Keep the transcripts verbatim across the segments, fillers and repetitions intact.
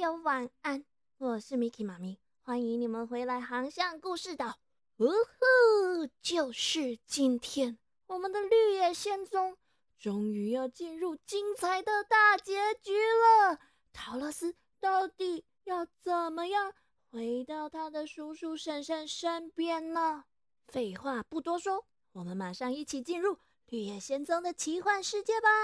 友晚安，我是 Miki 妈咪，欢迎你们回来航向故事岛。呜呼，就是今天，我们的绿野仙踪终于要进入精彩的大结局了。桃乐丝到底要怎么样回到他的叔叔婶婶身边呢？废话不多说，我们马上一起进入绿野仙踪的奇幻世界吧。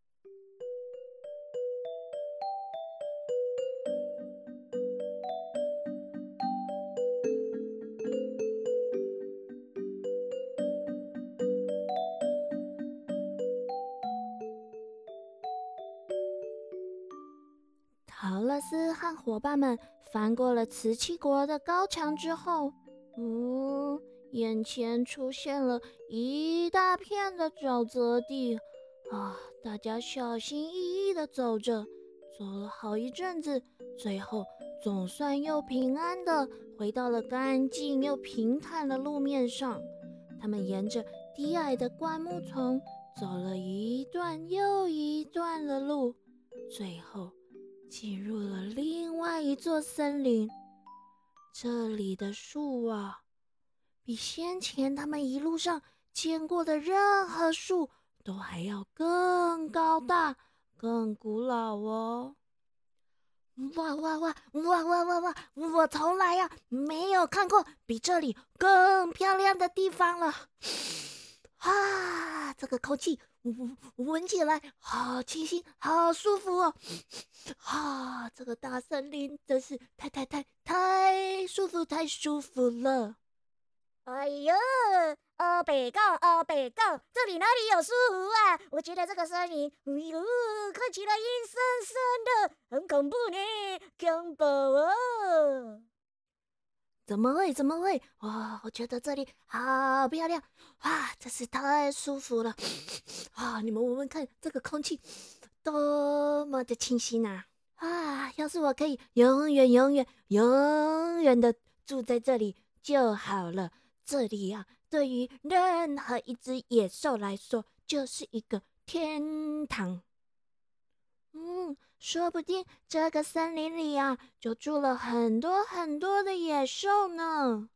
桃乐丝和伙伴们翻过了瓷器国的高墙之后，嗯，眼前出现了一大片的沼泽地啊！大家小心翼翼地走着，走了好一阵子，最后总算又平安地回到了干净又平坦的路面上。他们沿着低矮的灌木丛走了一段又一段的路，最后进入了另外一座森林。这里的树啊，比先前他们一路上见过的任何树都还要更高大、更古老哦。哇哇哇哇哇哇哇！我从来呀、啊、没有看过比这里更漂亮的地方了。啊，这个空气闻闻起来好清新，好舒服哦！啊，这个大森林真是太太太太舒服，太舒服了！ 哎呦，哦北告哦北告，这里哪里有舒服啊？我觉得这个森林，哎呦，看起来阴森森的，很恐怖呢，恐怖哦！ 怎么会？怎么会？哇，我觉得这里好漂亮啊，真是太舒服了啊！你们闻闻看，这个空气多么的清新啊！啊，要是我可以永远、永远、永远的住在这里就好了。这里啊，对于任何一只野兽来说，就是一个天堂。嗯，说不定这个森林里啊，就住了很多很多的野兽呢。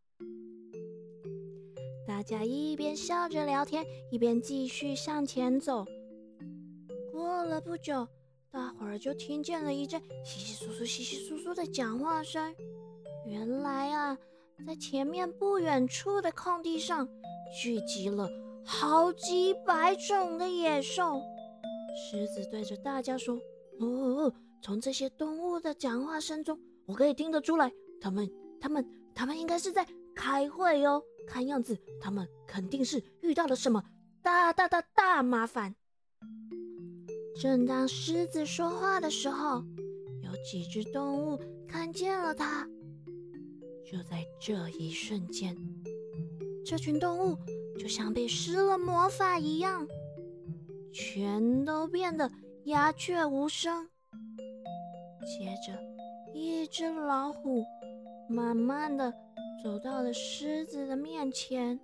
大家一边笑着聊天，一边继续向前走。过了不久，大伙儿就听见了一阵稀稀疏疏、稀稀疏疏的讲话声。原来啊，在前面不远处的空地上，聚集了好几百种的野兽。狮子对着大家说：哦，从这些动物的讲话声中，我可以听得出来，他们、他们、他们应该是在开会哦。看样子，他们肯定是遇到了什么大大大大麻烦。正当狮子说话的时候，有几只动物看见了它。就在这一瞬间，这群动物就像被施了魔法一样，全都变得鸦雀无声。接着，一只老虎慢慢地走到了狮子的面前，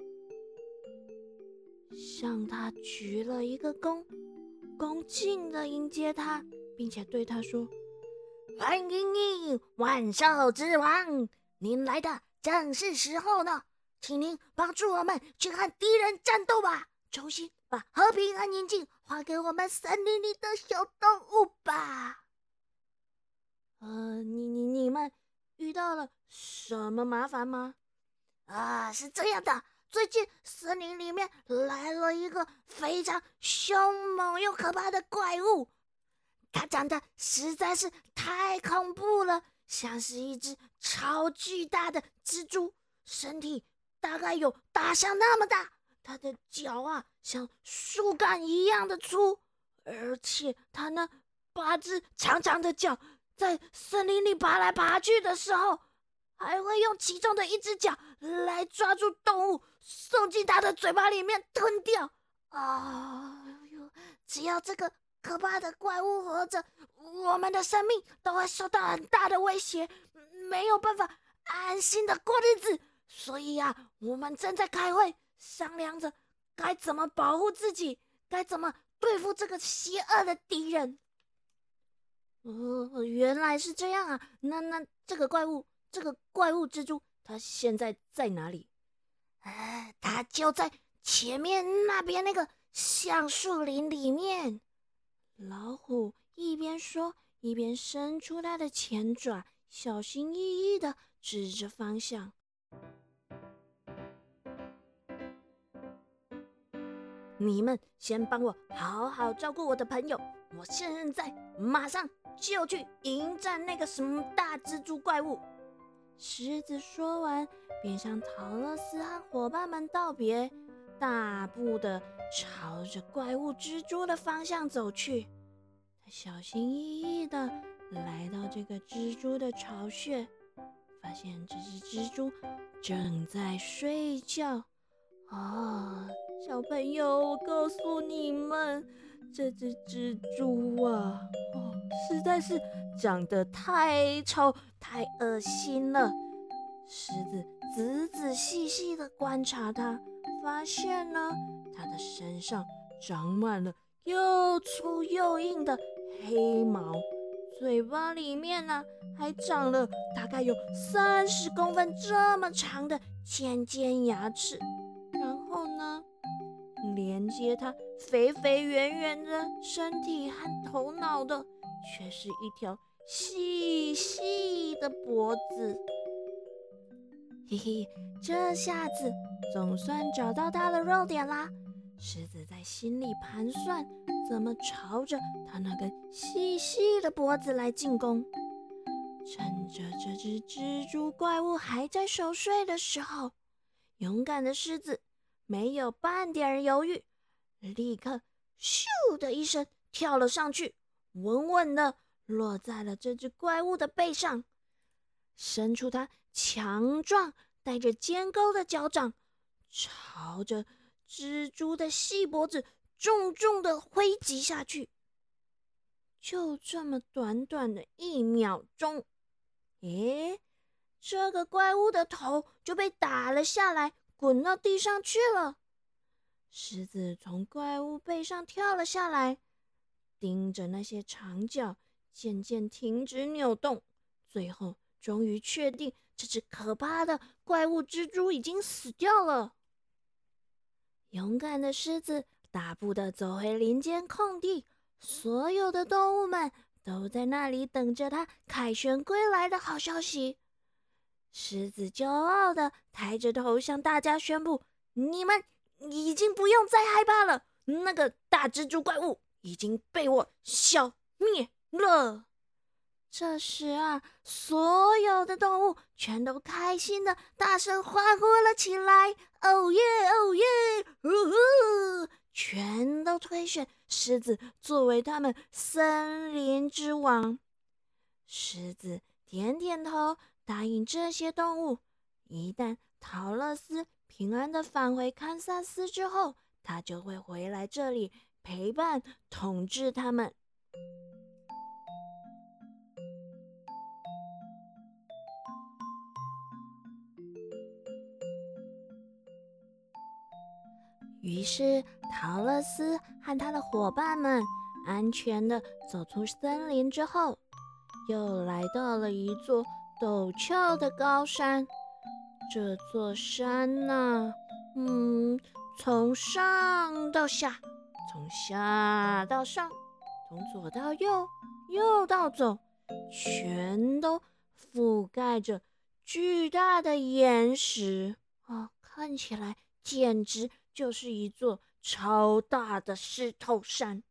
向他鞠了一个躬，恭敬地迎接他，并且对他说：欢迎你，万兽之王，您来的正是时候呢，请您帮助我们去和敌人战斗吧，重新把和平和宁静还给我们森林里的小动物吧。呃，你你你们遇到了什么麻烦吗？啊，是这样的，最近森林里面来了一个非常凶猛又可怕的怪物，它长得实在是太恐怖了，像是一只超巨大的蜘蛛，身体大概有大象那么大，它的脚啊像树干一样的粗，而且它那八只长长的脚在森林里爬来爬去的时候，还会用其中的一只脚来抓住动物，送进它的嘴巴里面吞掉。啊呦，只要这个可怕的怪物活着，我们的生命都会受到很大的威胁，没有办法安心的过日子。所以啊，我们正在开会，商量着该怎么保护自己，该怎么对付这个邪恶的敌人。 呃，原来是这样啊！那那这个怪物，这个怪物蜘蛛，它现在在哪里？哎，它就在前面那边那个橡树林里面。老虎一边说，一边伸出它的前爪，小心翼翼地指着方向。你们先帮我好好照顾我的朋友，我现在马上就去迎战那个什么大蜘蛛怪物。狮子说完，便向陶乐斯和伙伴们道别，大步的朝着怪物蜘蛛的方向走去。他小心翼翼的来到这个蜘蛛的巢穴，发现这只蜘蛛正在睡觉。啊，小朋友，我告诉你们，这只蜘蛛啊，哦，实在是长得太丑、太恶心了。狮子仔仔细细地观察它，发现呢，它的身上长满了又粗又硬的黑毛，嘴巴里面呢还长了大概有三十公分这么长的尖尖牙齿。然后呢，连接它肥肥圆圆的身体和头脑的，却是一条细细的脖子。嘿嘿，这下子总算找到它的弱点啦！狮子在心里盘算，怎么朝着它那根细细的脖子来进攻。趁着这只蜘蛛怪物还在熟睡的时候，勇敢的狮子没有半点犹豫，立刻咻的一声跳了上去，稳稳的落在了这只怪物的背上，伸出它强壮带着尖钩的脚掌，朝着蜘蛛的细脖子重重的挥击下去。就这么短短的一秒钟，诶，这个怪物的头就被打了下来，滚到地上去了。狮子从怪物背上跳了下来，盯着那些长角，渐渐停止扭动，最后终于确定这只可怕的怪物蜘蛛已经死掉了。勇敢的狮子大步地走回林间空地，所有的动物们都在那里等着它凯旋归来的好消息。狮子骄傲地抬着头向大家宣布：你们已经不用再害怕了，那个大蜘蛛怪物已经被我消灭了。这时啊，所有的动物全都开心的大声欢呼了起来。哦耶哦耶，呜呼，全都推选狮子作为他们森林之王。狮子点点头，答应这些动物，一旦陶乐斯平安的返回堪萨斯之后，他就会回来这里陪伴统治他们。于是陶乐斯和他的伙伴们安全地走出森林之后，又来到了一座陡峭的高山。这座山呢，嗯，从上到下，从下到上，从左到右，右到左，全都覆盖着巨大的岩石啊，看起来简直就是一座超大的石头山。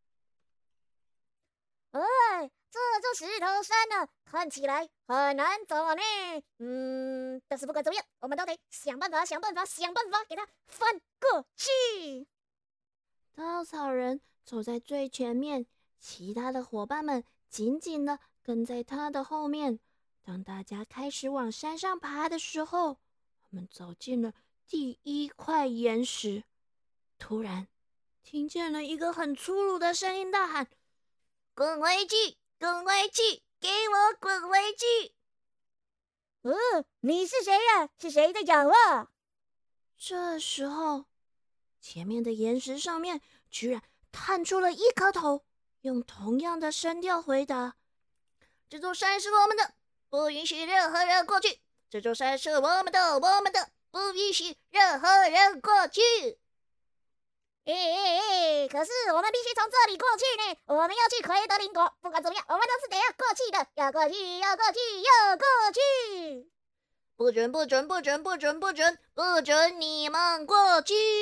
哎，这座石头山呢，看起来很难走呢。嗯，但是不管怎么样，我们都得想办法，想办法，想办法给它翻过去。 稻草人走在最前面，其他的伙伴们紧紧地跟在他的后面。当大家开始往山上爬的时候，我们走进了第一块岩石。突然，听见了一个很粗鲁的声音大喊：“滚回去！滚回去！给我滚回去！” 呃，你是谁呀？是谁在讲话？ 这时候，前面的岩石上面居然探出了一颗头，用同样的声调回答：“ 这座山是我们的，不允许任何人过去。这座山是我们的，我们的，不允许任何人过去。 哎哎哎！可是我们必须从这里过去呢，我们要去奎德林国。不管怎么样，我们都是得要过去的，要过去，要过去，要过去！ 不准，不准，不准，不准，不准，不准你们过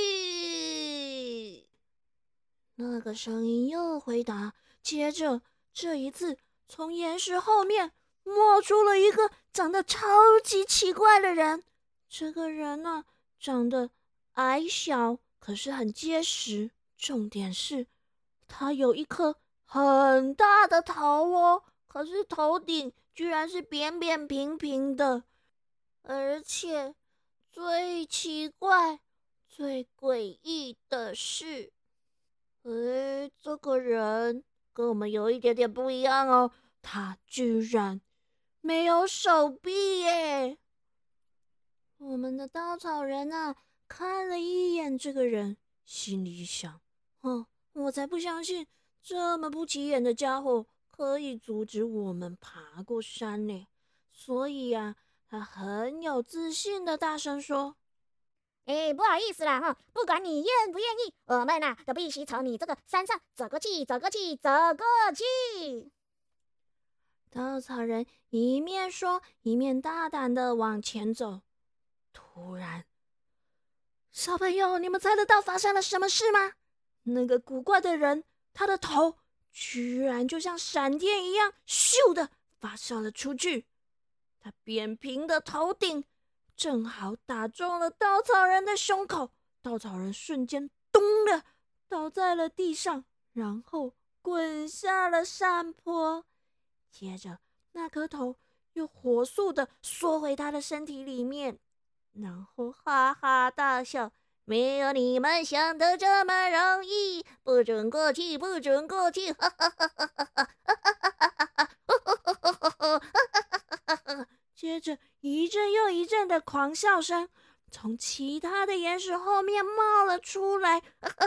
去！那个声音又回答，接着这一次从岩石后面冒出了一个长得超级奇怪的人。这个人呢、啊，长得矮小，可是很结实。重点是，他有一颗很大的头哦，可是头顶居然是扁扁平平的。而且最奇怪、最诡异的是，诶，这个人跟我们有一点点不一样哦，他居然没有手臂耶！我们的稻草人啊，看了一眼这个人，心里想：哦，我才不相信这么不起眼的家伙可以阻止我们爬过山呢。所以呀、啊。他很有自信的大声说：“ 哎，不好意思啦哈，不管你愿不愿意，我们呐、啊、都必须从你这个山上走过去，走过去，走过去。” 稻草人一面说，一面大胆的往前走。突然，小朋友，你们猜得到发生了什么事吗？那个古怪的人，他的头居然就像闪电一样，咻的发射了出去。他扁平的头顶正好打中了稻草人的胸口，稻草人瞬间咚的倒在了地上，然后滚下了山坡。接着，那颗头又火速的缩回他的身体里面，然后哈哈大笑：“没有你们想的这么容易，不准过去，不准过去！”哈哈哈哈哈哈哈哈哈！接着一阵又一阵的狂笑声从其他的岩石后面冒了出来。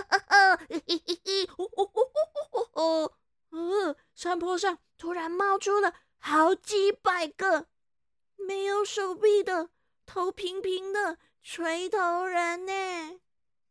呃，山坡上突然冒出了好几百个没有手臂的、头平平的锤头人呢。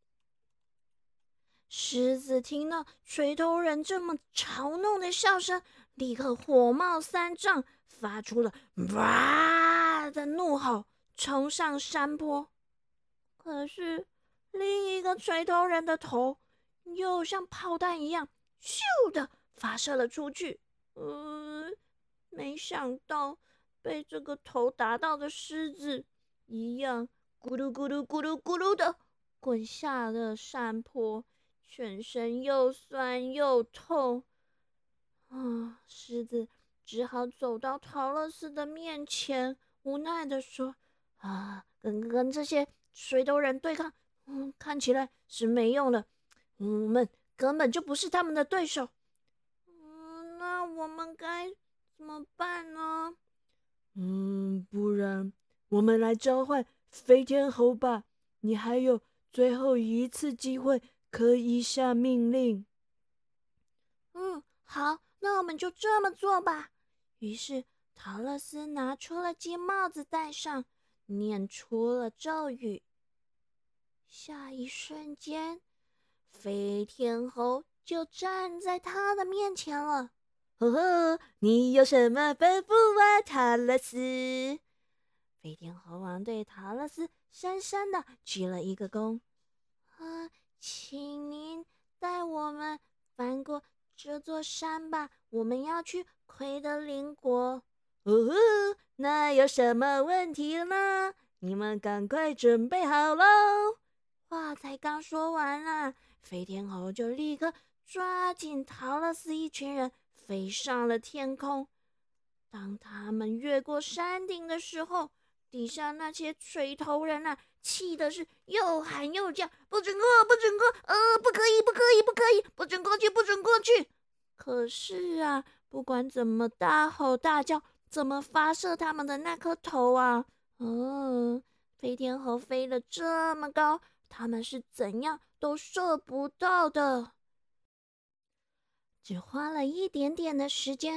狮子听到锤头人这么嘲弄的笑声，立刻火冒三丈，发出了哇的怒吼，冲上山坡。可是另一个锤头人的头又像炮弹一样咻的发射了出去。呃，没想到被这个头打到的狮子一样咕噜咕噜咕噜咕噜的滚下了山坡，全身又酸又痛。啊，狮子只好走到陶乐斯的面前，无奈的说：“啊，跟跟这些水头人对抗，嗯，看起来是没用的。我们根本就不是他们的对手。嗯，那我们该怎么办呢？嗯，不然我们来召唤飞天猴吧。你还有最后一次机会可以下命令。”嗯，好，那我们就这么做吧。于是陶乐斯拿出了金帽子戴上，念出了咒语。下一瞬间，飞天猴就站在他的面前了。呵呵，你有什么吩咐啊，陶乐斯？飞天猴王对陶乐斯深深的鞠了一个躬。啊，请您带我们翻过这座山吧，我们要去奎德林国。哦吼，那有什么问题呢？你们赶快准备好喽！话才刚说完啊，飞天猴就立刻抓紧陶乐斯一群人飞上了天空。当他们越过山顶的时候，底下那些锤头人啊，气的是又喊又叫：“不准过，不准过！呃，不可以，不可以，不可以！不准过去，不准过去！”可是啊，不管怎么大吼大叫，怎么发射他们的那颗头啊，嗯，飞天猴飞得这么高，他们是怎样都射不到的。只花了一点点的时间，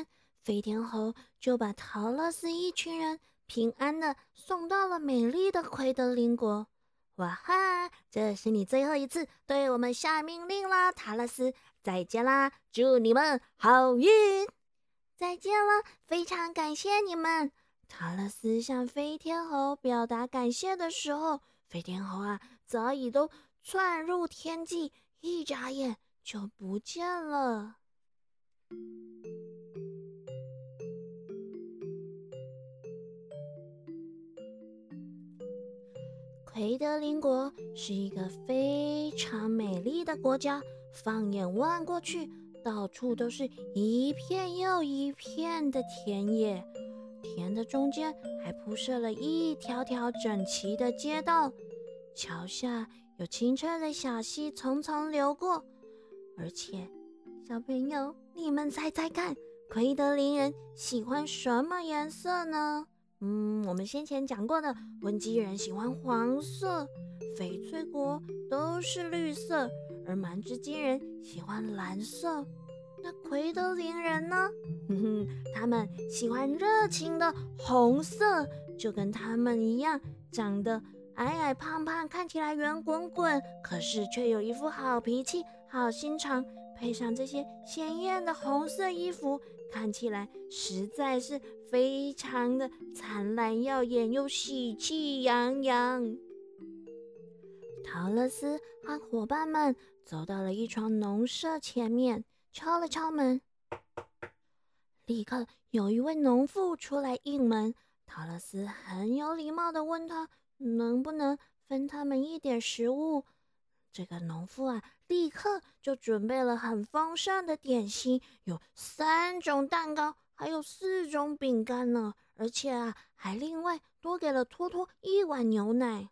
飞天猴就把桃乐丝一群人平安的送到了美丽的奎德林国。哇哈！这是你最后一次对我们下命令啦，桃乐丝，再见啦！祝你们好运！再见了，非常感谢你们。桃乐丝向飞天猴表达感谢的时候，飞天猴啊，早已都窜入天际，一眨眼就不见了。奎德林国是一个非常美丽的国家，放眼望过去，到处都是一片又一片的田野，田的中间还铺设了一条条整齐的街道，桥下有清澈的小溪淙淙流过。而且，小朋友，你们猜猜看，奎德林人喜欢什么颜色呢？嗯，我们先前讲过的，温基人喜欢黄色，翡翠国都是绿色，而蛮之金人喜欢蓝色。那奎德林人呢？哼哼，他们喜欢热情的红色，就跟他们一样，长得矮矮胖胖，看起来圆滚滚，可是却有一副好脾气、好心肠。配上这些鲜艳的红色衣服，看起来实在是非常的灿烂耀眼，又喜气洋洋。桃乐丝和伙伴们走到了一幢农舍前面，敲了敲门。立刻有一位农妇出来应门，桃乐丝很有礼貌地问他能不能分他们一点食物。这个农妇啊，立刻就准备了很丰盛的点心，有三种蛋糕，还有四种饼干呢，而且啊，还另外多给了托托一碗牛奶。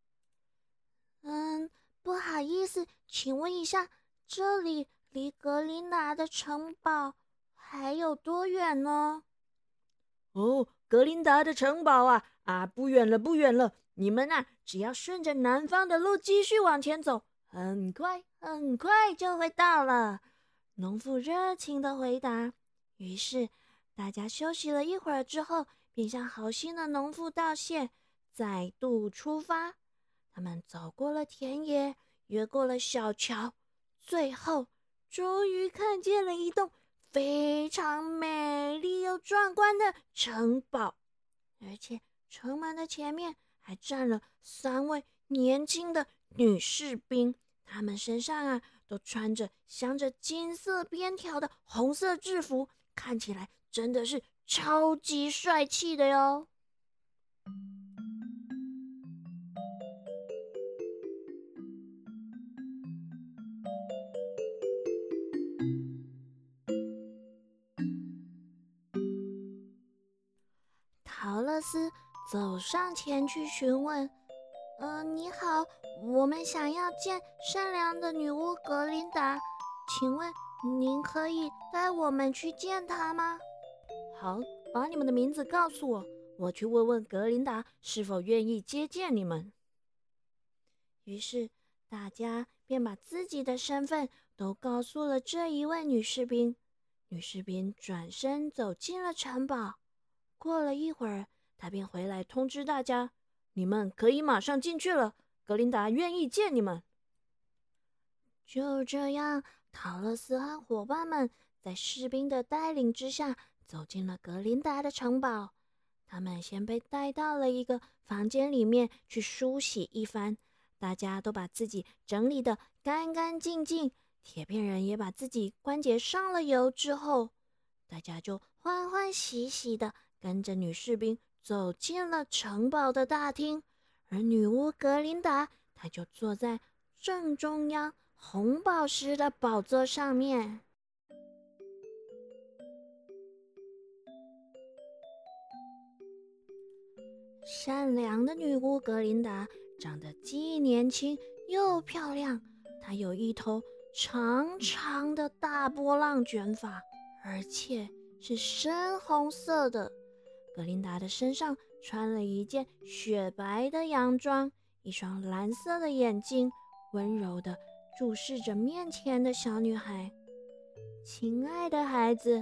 嗯，不好意思，请问一下，这里离格林达的城堡还有多远呢？ 哦，格林达的城堡啊啊，不远了，不远了。你们啊，只要顺着南方的路继续往前走，很快很快就会到了。 农妇热情地回答。于是大家休息了一会儿之后，便向好心的农妇道谢，再度出发。他们走过了田野，越过了小桥，最后终于看见了一栋非常美丽又壮观的城堡，而且城门的前面还站了三位年轻的女士兵，她们身上啊都穿着镶着金色边条的红色制服，看起来真的是超级帅气的哟。桃乐丝走上前去询问：“呃，你好，我们想要见善良的女巫格琳达，请问您可以带我们去见她吗？”“ 好，把你们的名字告诉我，我去问问格琳达是否愿意接见你们。” 于是大家便把自己的身份都告诉了这一位女士兵。女士兵转身走进了城堡。过了一会儿，他便回来通知大家：“ 你们可以马上进去了，格琳达愿意见你们。” 就这样，桃乐丝和伙伴们在士兵的带领之下走进了格琳达的城堡。他们先被带到了一个房间里面去梳洗一番，大家都把自己整理得干干净净，铁片人也把自己关节上了油之后，大家就欢欢喜喜的跟着女士兵走进了城堡的大厅，而女巫格琳达她就坐在正中央红宝石的宝座上面。善良的女巫格琳达长得既年轻又漂亮，她有一头长长的大波浪卷发，而且是深红色的。格琳达的身上穿了一件雪白的洋装，一双蓝色的眼睛温柔地注视着面前的小女孩。“亲爱的孩子，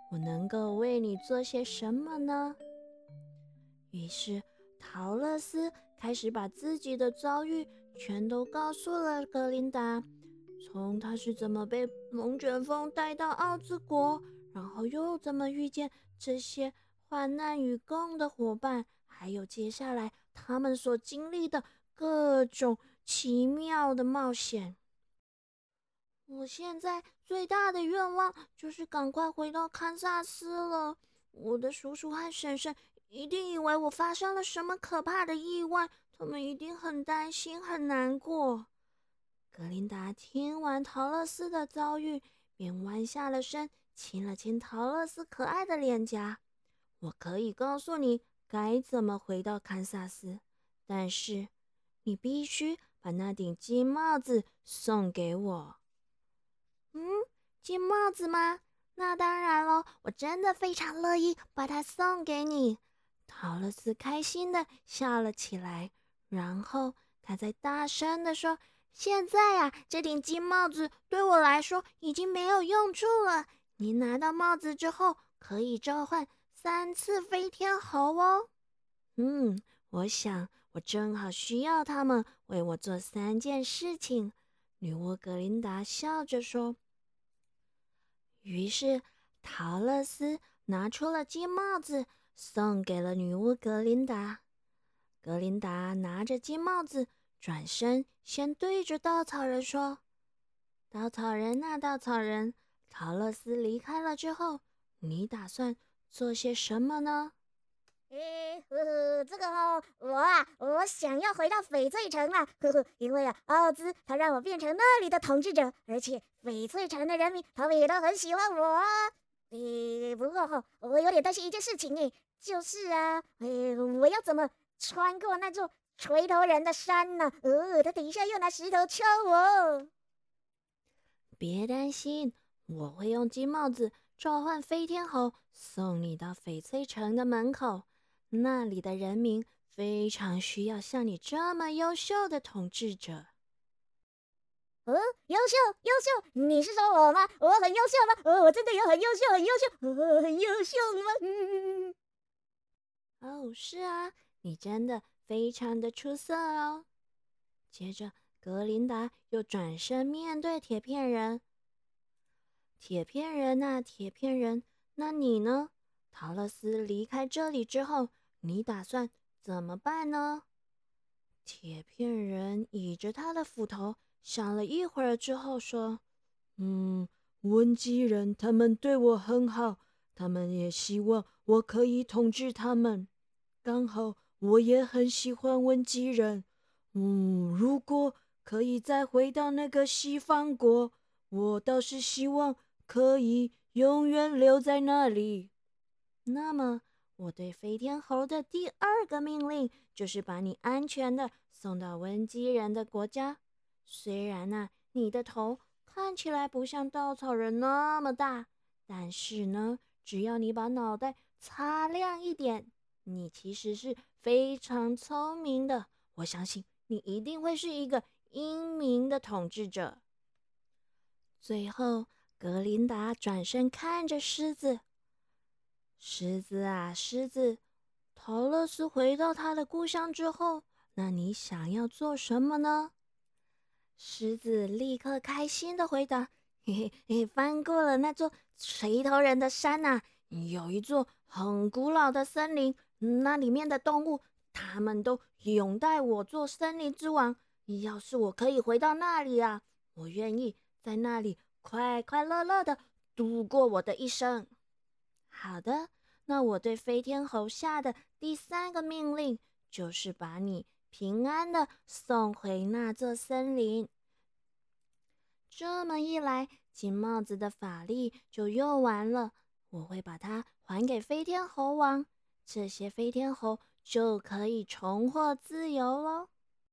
我能够为你做些什么呢？”于是桃乐丝开始把自己的遭遇全都告诉了格琳达，从他是怎么被龙卷风带到奥兹国，然后又怎么遇见这些患难与共的伙伴，还有接下来他们所经历的各种奇妙的冒险。我现在最大的愿望就是赶快回到堪萨斯了。我的叔叔和婶婶一定以为我发生了什么可怕的意外，他们一定很担心很难过。格琳达听完桃乐丝的遭遇，便弯下了身，亲了亲桃乐丝可爱的脸颊。我可以告诉你该怎么回到堪萨斯，但是你必须把那顶金帽子送给我。 嗯，金帽子吗？那当然了，我真的非常乐意把它送给你。 桃乐丝开心的笑了起来，然后他再大声的说：“ 现在啊，这顶金帽子对我来说已经没有用处了。你拿到帽子之后，可以召唤三次飞天猴哦。” 嗯，我想我正好需要他们为我做三件事情。女巫格琳达笑着说。于是桃乐丝拿出了金帽子，送给了女巫格琳达。格琳达拿着金帽子，转身先对着稻草人说：“稻草人啊，稻草人，桃乐丝离开了之后，你打算做些什么呢？” 诶，呵呵，这个哦，我啊，我想要回到翡翠城啦，呵呵，因为啊，奥兹他让我变成那里的统治者，而且翡翠城的人民他们也都很喜欢我啊。诶，不过哈、哦，我有点担心一件事情诶，就是啊，诶，我要怎么穿过那座锤头人的山呢？呃，他等一下又拿石头敲我。 别担心，我会用金帽子召唤飞天猴，送你到翡翠城的门口。那里的人民非常需要像你这么优秀的统治者。 哦，优秀，优秀！你是说我吗？我很优秀吗？哦，我真的有很优秀，很优秀，哦，很优秀吗？嗯。 哦，是啊，你真的非常的出色哦。接着，格琳达又转身面对铁片人。铁片人啊，铁片人，那你呢？桃乐丝离开这里之后，你打算怎么办呢？铁片人倚着他的斧头，想了一会儿之后说：“嗯，温基人他们对我很好，他们也希望我可以统治他们。刚好我也很喜欢温基人。嗯，如果可以再回到那个西方国，我倒是希望可以永远留在那里。那么，我对飞天猴的第二个命令就是把你安全的送到温基人的国家。虽然呢、啊，你的头看起来不像稻草人那么大，但是呢，只要你把脑袋擦亮一点，你其实是非常聪明的。我相信你一定会是一个英明的统治者。”最后，格琳达转身看着狮子。狮子啊，狮子，桃乐丝回到他的故乡之后，那你想要做什么呢？狮子立刻开心的回答：“嘿嘿嘿，翻过了那座锤头人的山啊，有一座很古老的森林，那里面的动物，他们都拥戴我做森林之王。要是我可以回到那里啊，我愿意在那里快快乐乐的度过我的一生。”好的，那我对飞天猴下的第三个命令就是把你平安的送回那座森林。这么一来，金帽子的法力就用完了，我会把它还给飞天猴王，这些飞天猴就可以重获自由喽。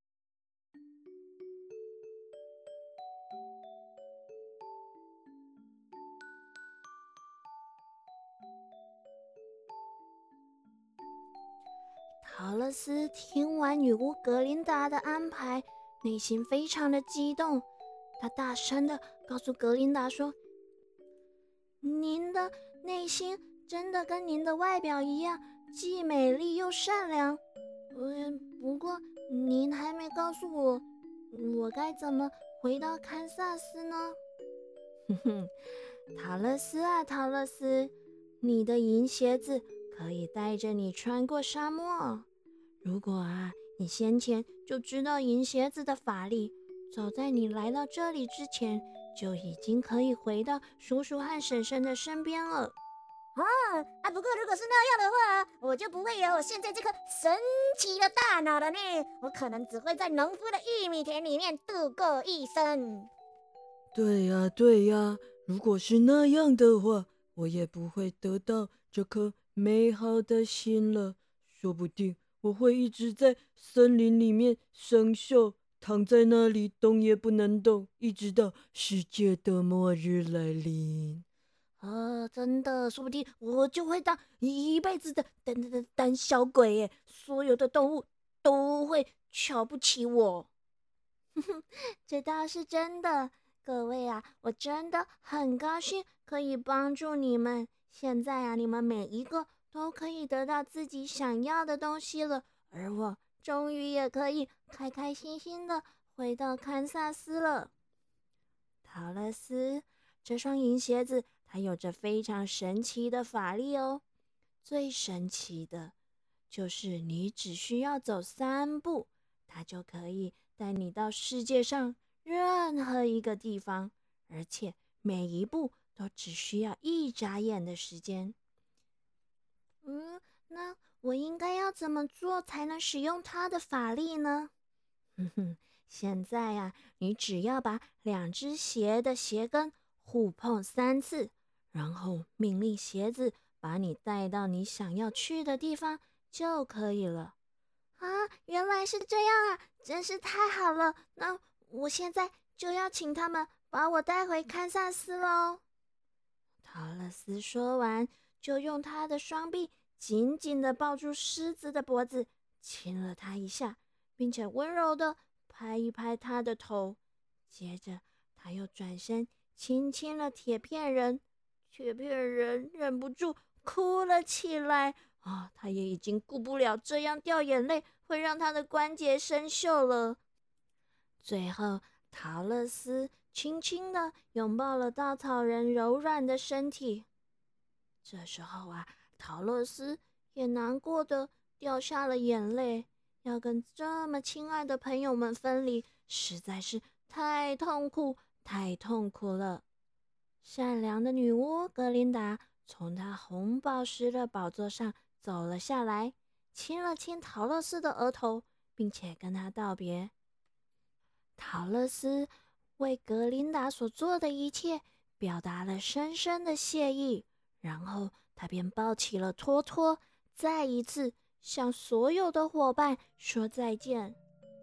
桃乐丝听完女巫格琳达的安排，内心非常的激动。她大声的告诉格琳达说：“您的内心真的跟您的外表一样，既美丽又善良。嗯，不过您还没告诉我，我该怎么回到堪萨斯呢？哼哼，陶乐斯啊，陶乐斯，你的银鞋子可以带着你穿过沙漠。如果啊，你先前就知道银鞋子的法力，早在你来到这里之前，就已经可以回到叔叔和婶婶的身边了。 啊啊！不过如果是那样的话，我就不会有我现在这颗神奇的大脑了呢。我可能只会在农夫的玉米田里面度过一生。 对呀，对呀，如果是那样的话，我也不会得到这颗美好的心了。说不定我会一直在森林里面生锈，躺在那里动也不能动，一直到世界的末日来临。 呃，真的，说不定我就会当一辈子的胆胆胆胆小鬼耶，所有的动物都会瞧不起我。这倒是真的，各位啊，我真的很高兴可以帮助你们。现在啊，你们每一个都可以得到自己想要的东西了，而我终于也可以开开心心的回到堪萨斯了。陶乐斯，这双银鞋子它有着非常神奇的法力哦。最神奇的就是你只需要走三步，它就可以带你到世界上任何一个地方，而且每一步都只需要一眨眼的时间。嗯，那我应该要怎么做才能使用它的法力呢？哼哼，现在呀、啊，你只要把两只鞋的鞋跟互碰三次，然后命令鞋子把你带到你想要去的地方就可以了。啊，原来是这样啊，真是太好了！那我现在就要请他们把我带回堪萨斯喽。陶乐斯说完，就用他的双臂紧紧地抱住狮子的脖子，亲了他一下，并且温柔地拍一拍他的头。接着，他又转身亲亲了铁片人，铁片人忍不住哭了起来。啊，他也已经顾不了这样掉眼泪会让他的关节生锈了。最后，陶乐斯轻轻地拥抱了稻草人柔软的身体。这时候啊，陶乐斯也难过的掉下了眼泪。要跟这么亲爱的朋友们分离，实在是太痛苦，太痛苦了。善良的女巫格琳达从她红宝石的宝座上走了下来，亲了亲陶乐斯的额头，并且跟他道别。陶乐斯为格琳达所做的一切表达了深深的谢意，然后他便抱起了托托，再一次向所有的伙伴说再见。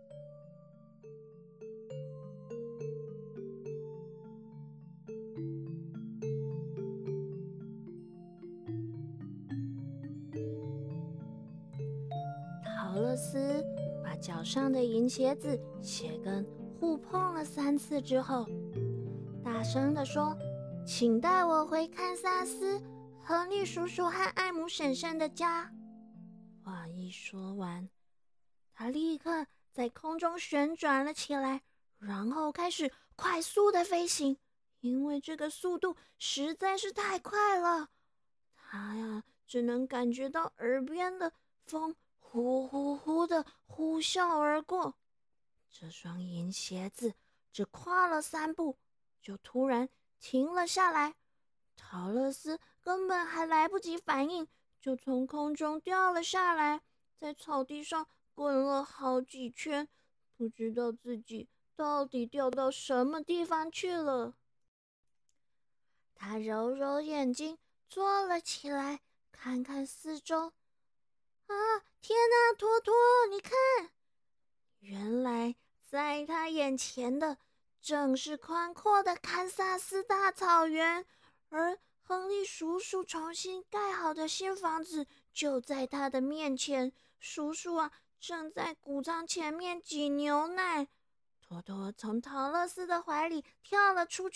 陶乐斯把脚上的银鞋子鞋跟互碰了三次之后，大声地说：“请带我回堪萨斯，亨利叔叔和艾姆婶婶的家。”话一说完，他立刻在空中旋转了起来，然后开始快速的飞行。因为这个速度实在是太快了，他呀只能感觉到耳边的风呼呼呼的呼啸而过。这双银鞋子只跨了三步，就突然停了下来。陶乐斯根本还来不及反应，就从空中掉了下来，在草地上滚了好几圈，不知道自己到底掉到什么地方去了。他揉揉眼睛，坐了起来，看看四周。啊，天哪，托托，你看！原来在他眼前的正是宽阔的堪萨斯大草原，而亨利叔叔重新盖好的新房子就在他的面前。叔叔啊，正在谷仓前面挤牛奶。托托从陶乐斯的怀里跳了出去，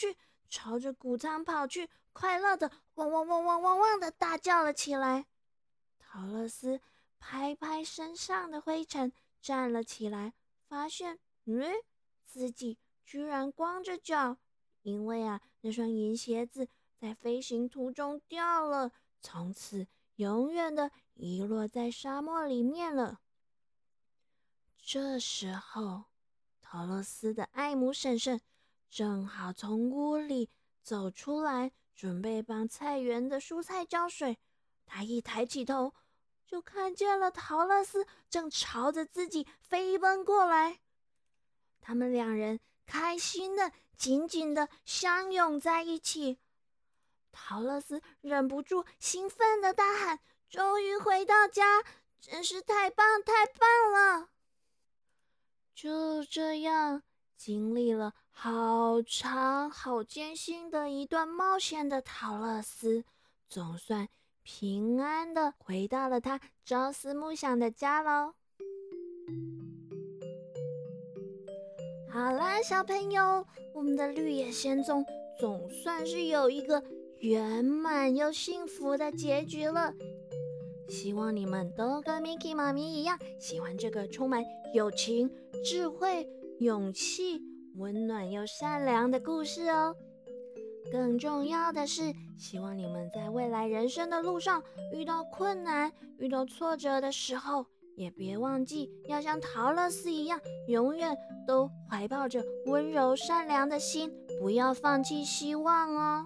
朝着谷仓跑去，快乐的汪汪汪汪汪汪的大叫了起来。桃乐丝拍拍身上的灰尘，站了起来，发现，嗯，自己居然光着脚，因为啊，那双银鞋子在飞行途中掉了，从此永远的遗落在沙漠里面了。这时候，桃乐丝的爱姆婶婶正好从屋里走出来，准备帮菜园的蔬菜浇水。她一抬起头，就看见了桃乐丝正朝着自己飞奔过来。他们两人开心的紧紧的相拥在一起。桃乐丝忍不住兴奋的大喊：终于回到家，真是太棒太棒了！就这样，经历了好长好艰辛的一段冒险的桃乐丝，总算平安的回到了他朝思暮想的家喽。好啦，小朋友，我们的绿野仙踪总算是有一个圆满又幸福的结局了。希望你们都跟 Miki 妈咪一样，喜欢这个充满友情、智慧、勇气、温暖又善良的故事哦。更重要的是，希望你们在未来人生的路上遇到困难、遇到挫折的时候，也别忘记要像桃乐丝一样，永远都怀抱着温柔善良的心，不要放弃希望哦。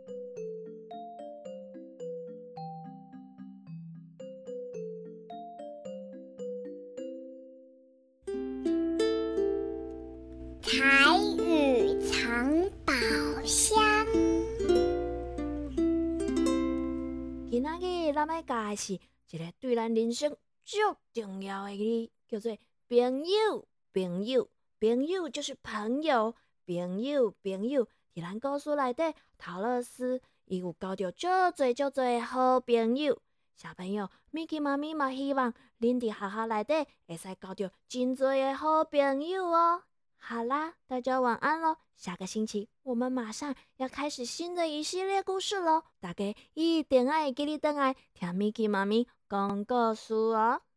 台语藏宝箱。 今仔日咱要教的是一个对咱人生最重要的字，叫做朋友。朋友，朋友就是朋友。朋友，朋友，伫咱故事内底，桃乐丝伊有交到足侪足侪好朋友。小朋友 ，Miki 妈咪嘛希望恁伫学校内底会使交到真侪的好朋友哦。好啦，大家晚安咯！下个星期我们马上要开始新的一系列故事咯，大家一定要记得回来听 Miki 妈咪讲故事哦。